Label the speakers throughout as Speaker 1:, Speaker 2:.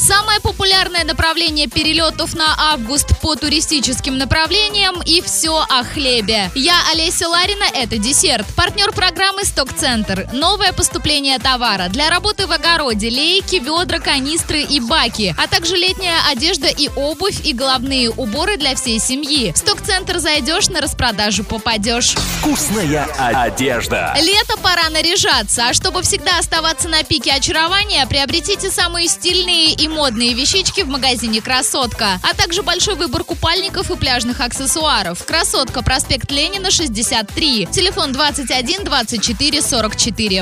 Speaker 1: Самое популярное направление перелетов на август по туристическим направлениям, и все о хлебе. Я Олеся Ларина, это десерт. Партнер программы «Сток-центр». Новое поступление товара для работы в огороде, лейки, ведра, канистры и баки, а также летняя одежда и обувь, и головные уборы для всей семьи. В «Сток-центр» зайдешь, на распродажу попадешь.
Speaker 2: Вкусная одежда.
Speaker 1: Лето, пора наряжаться, а чтобы всегда оставаться на пике очарования, приобретите самые стильные и модные вещички в магазине «Красотка», а также большой выбор купальников и пляжных аксессуаров. «Красотка», проспект Ленина, 63. Телефон 21 24 44.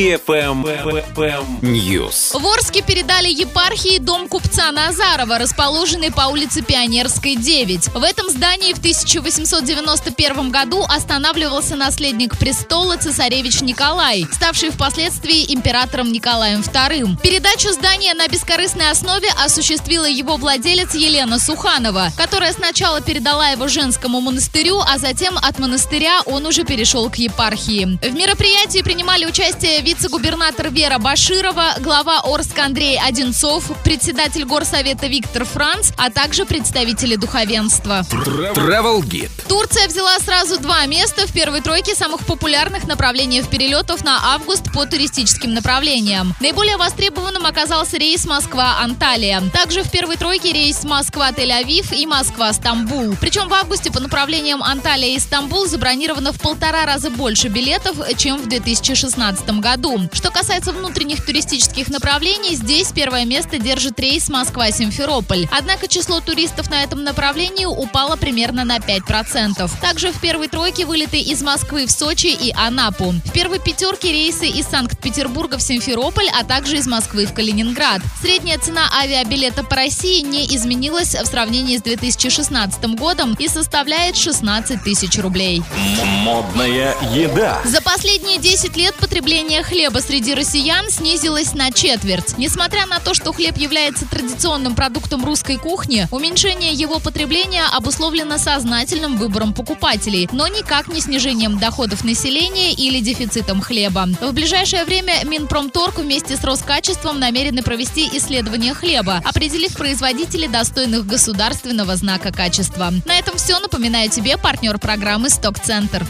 Speaker 2: News.
Speaker 1: В Орске передали епархии дом купца Назарова, расположенный по улице Пионерской, 9. В этом здании в 1891 году останавливался наследник престола цесаревич Николай, ставший впоследствии императором Николаем II. Передачу здания на бескорыстной основе осуществила его владелец Елена Суханова, которая сначала передала его женскому монастырю, а затем от монастыря он уже перешел к епархии. В мероприятии принимали участие вице-губернатор Вера Баширова, глава Орска Андрей Одинцов, председатель горсовета Виктор Франц, а также представители духовенства.
Speaker 2: Travel Guide.
Speaker 1: Турция взяла сразу 2 места в первой тройке самых популярных направлений перелетов на август по туристическим направлениям. Наиболее востребованным оказался рейс Москва-Анталия. Также в первой тройке рейс Москва-Тель-Авив и Москва-Стамбул. Причем в августе по направлениям Анталия и Стамбул забронировано в 1,5 раза больше билетов, чем в 2016 году. Что касается внутренних туристических направлений, здесь первое место держит рейс Москва-Симферополь. Однако число туристов на этом направлении упало примерно на 5%. Также в первой тройке вылеты из Москвы в Сочи и Анапу. В первой пятерке рейсы из Санкт-Петербурга в Симферополь, а также из Москвы в Калининград. Средняя цена авиабилета по России не изменилась в сравнении с 2016 годом и составляет 16 тысяч рублей.
Speaker 2: Модная еда.
Speaker 1: За последние 10 лет потребление хлеба среди россиян снизилось на четверть. Несмотря на то, что хлеб является традиционным продуктом русской кухни, уменьшение его потребления обусловлено сознательным выбором покупателей, но никак не снижением доходов населения или дефицитом хлеба. В ближайшее время Минпромторг вместе с Роскачеством намерены провести исследование хлеба, определив производителей, достойных государственного знака качества. На этом все. Напоминаю тебе партнер программы «Сток-центр».